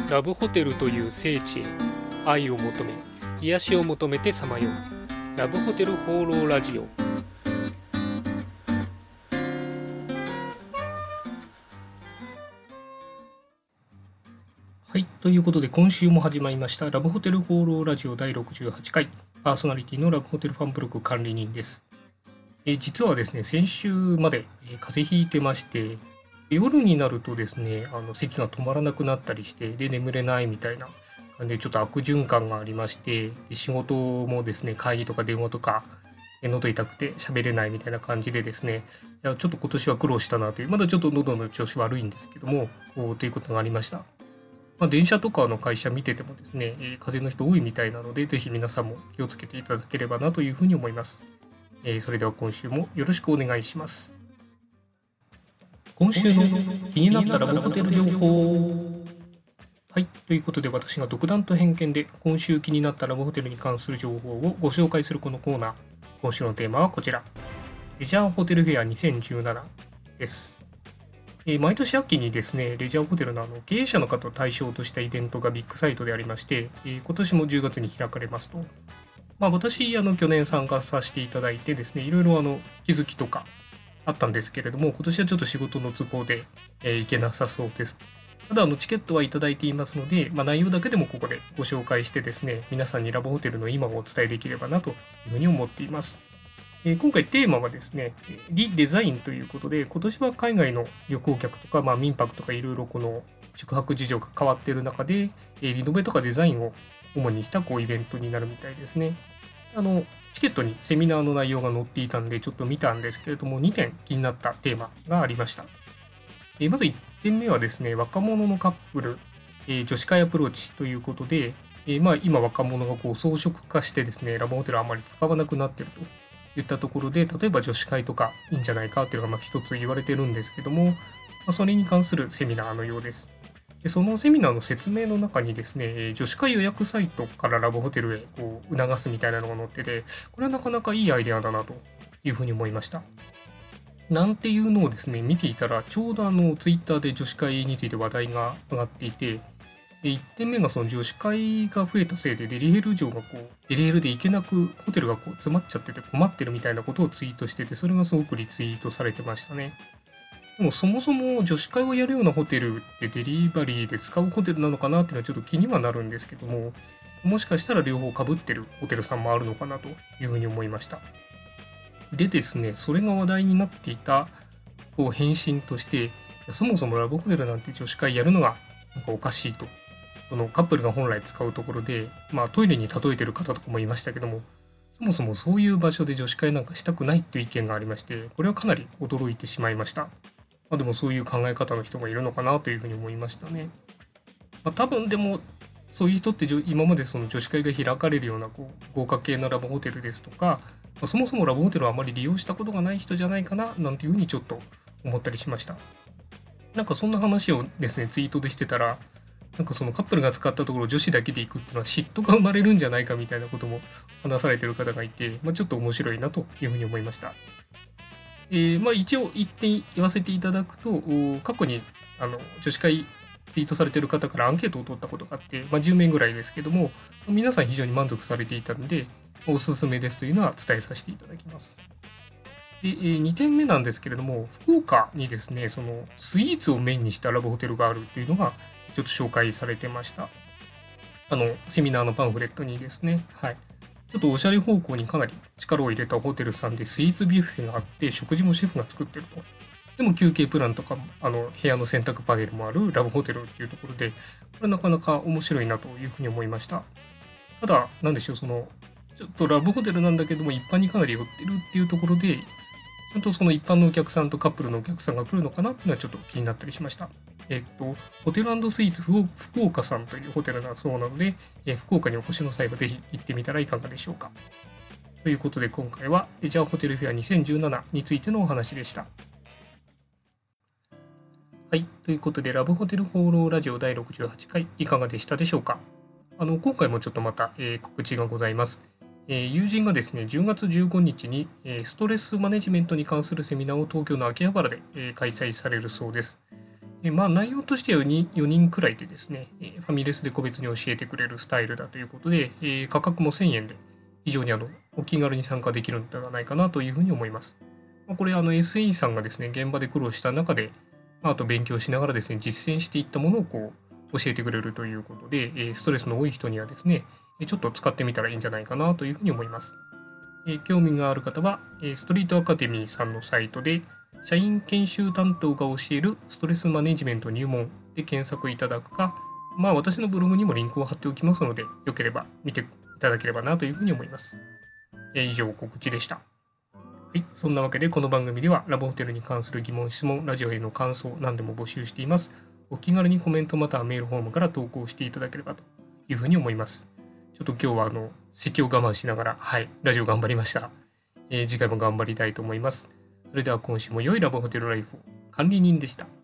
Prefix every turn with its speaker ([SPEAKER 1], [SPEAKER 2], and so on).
[SPEAKER 1] ラブホテルという聖地へ愛を求め、癒しを求めてさまようラブホテル放浪ラジオ。はい、ということで今週も始まりましたラブホテル放浪ラジオ第68回、パーソナリティのラブホテルファンブログ管理人です。実はですね、先週まで風邪ひいてまして、夜になるとですね、咳が止まらなくなったりして、で眠れないみたいな感じでちょっと悪循環がありまして、で仕事もですね、会議とか電話とか喉痛くて喋れないみたいな感じでですね、いやちょっと今年は苦労したなという、まだちょっと喉の調子悪いんですけども、ということがありました。電車とかの会社見ててもですね、風邪の人多いみたいなので、ぜひ皆さんも気をつけていただければなというふうに思います。それでは今週もよろしくお願いします。今週の気になったラブホテル情報。はい、ということで私が独断と偏見で今週気になったラブホテルに関する情報をご紹介するこのコーナー。今週のテーマはこちら。レジャーホテルフェア2017です。毎年秋にですね、レジャーホテルの経営者の方を対象としたイベントがビッグサイトでありまして、今年も10月に開かれますと。私、去年参加させていただいてですね、いろいろ気づきとかあったんですけれども、今年はちょっと仕事の都合で、行けなさそうです。ただ、チケットはいただいていますので、内容だけでもここでご紹介してですね、皆さんにラブホテルの今をお伝えできればなというふうに思っています。今回テーマはですね、リデザインということで、今年は海外の旅行客とか、民泊とかいろいろこの宿泊事情が変わっている中で、リノベとかデザインを主にしたイベントになるみたいですね。チケットにセミナーの内容が載っていたんでちょっと見たんですけれども、2点気になったテーマがありました。まず1点目はですね、若者のカップル、女子会アプローチということで、今若者が装飾化してですね、ラブホテルあまり使わなくなっているといったところで、例えば女子会とかいいんじゃないかというのが一つ言われてるんですけども、それに関するセミナーのようです。でそのセミナーの説明の中にですね、女子会予約サイトからラブホテルへ促すみたいなのが載ってて、これはなかなかいいアイデアだなというふうに思いました。なんていうのをですね、見ていたら、ちょうどツイッターで女子会について話題が上がっていて、1点目がその女子会が増えたせいでデリヘル嬢がデリヘルで行けなくホテルが詰まっちゃってて困ってるみたいなことをツイートしてて、それがすごくリツイートされてましたね。でもそもそも女子会をやるようなホテルってデリバリーで使うホテルなのかなっていうのはちょっと気にはなるんですけども、もしかしたら両方かぶってるホテルさんもあるのかなというふうに思いました。でですね、それが話題になっていた返信として、そもそもラブホテルなんて女子会やるのがなんかおかしいと。そのカップルが本来使うところで、トイレに例えてる方とかもいましたけども、そもそもそういう場所で女子会なんかしたくないっていう意見がありまして、これはかなり驚いてしまいました。でもそういう考え方の人もいるのかなというふうに思いましたね。多分でもそういう人って今までその女子会が開かれるような豪華系のラブホテルですとか、そもそもラブホテルをあまり利用したことがない人じゃないかななんていうふうにちょっと思ったりしました。なんかそんな話をですねツイートでしてたら、なんかそのカップルが使ったところ女子だけで行くっていうのは嫉妬が生まれるんじゃないかみたいなことも話されてる方がいて、ちょっと面白いなというふうに思いました。一応一点言わせていただくと、過去に女子会ツイートされている方からアンケートを取ったことがあって、10名ぐらいですけども、皆さん非常に満足されていたので、おすすめですというのは伝えさせていただきます。で、2点目なんですけれども、福岡にですね、そのスイーツをメインにしたラブホテルがあるというのがちょっと紹介されてました。セミナーのパンフレットにですね、はい。ちょっとおしゃれ方向にかなり力を入れたホテルさんでスイーツビュッフェがあって、食事もシェフが作ってると。でも休憩プランとか、部屋の洗濯パネルもあるラブホテルっていうところで、これなかなか面白いなというふうに思いました。ただ、なんでしょう、ちょっとラブホテルなんだけども、一般にかなり寄ってるっていうところで、ちゃんとその一般のお客さんとカップルのお客さんが来るのかなっていうのはちょっと気になったりしました。ホテル&スイーツ福岡さんというホテルだそうなので、福岡にお越しの際はぜひ行ってみたらいかがでしょうか。ということで今回はレジャーホテルフェア2017についてのお話でした。はい、ということでラブホテル放浪ラジオ第68回いかがでしたでしょうか。今回もちょっとまた、告知がございます。友人がですね10月15日に、ストレスマネジメントに関するセミナーを東京の秋葉原で、開催されるそうです。 内容としては4人くらいでですね、ファミレスで個別に教えてくれるスタイルだということで、価格も1000円で非常にお気軽に参加できるのではないかなというふうに思います。これSE さんがですね、現場で苦労した中で、あと勉強しながらですね、実践していったものを教えてくれるということで、ストレスの多い人にはですね、ちょっと使ってみたらいいんじゃないかなというふうに思います。興味がある方は、ストリートアカデミーさんのサイトで、社員研修担当が教えるストレスマネジメント入門で検索いただくか、私のブログにもリンクを貼っておきますので、よければ見ていただければなというふうに思います。以上、告知でした。はい、そんなわけでこの番組ではラブホテルに関する疑問、質問、ラジオへの感想、何でも募集しています。お気軽にコメントまたはメールフォームから投稿していただければというふうに思います。ちょっと今日は咳を我慢しながら、はい、ラジオ頑張りました。次回も頑張りたいと思います。それでは今週も良いラブホテルライフを。管理人でした。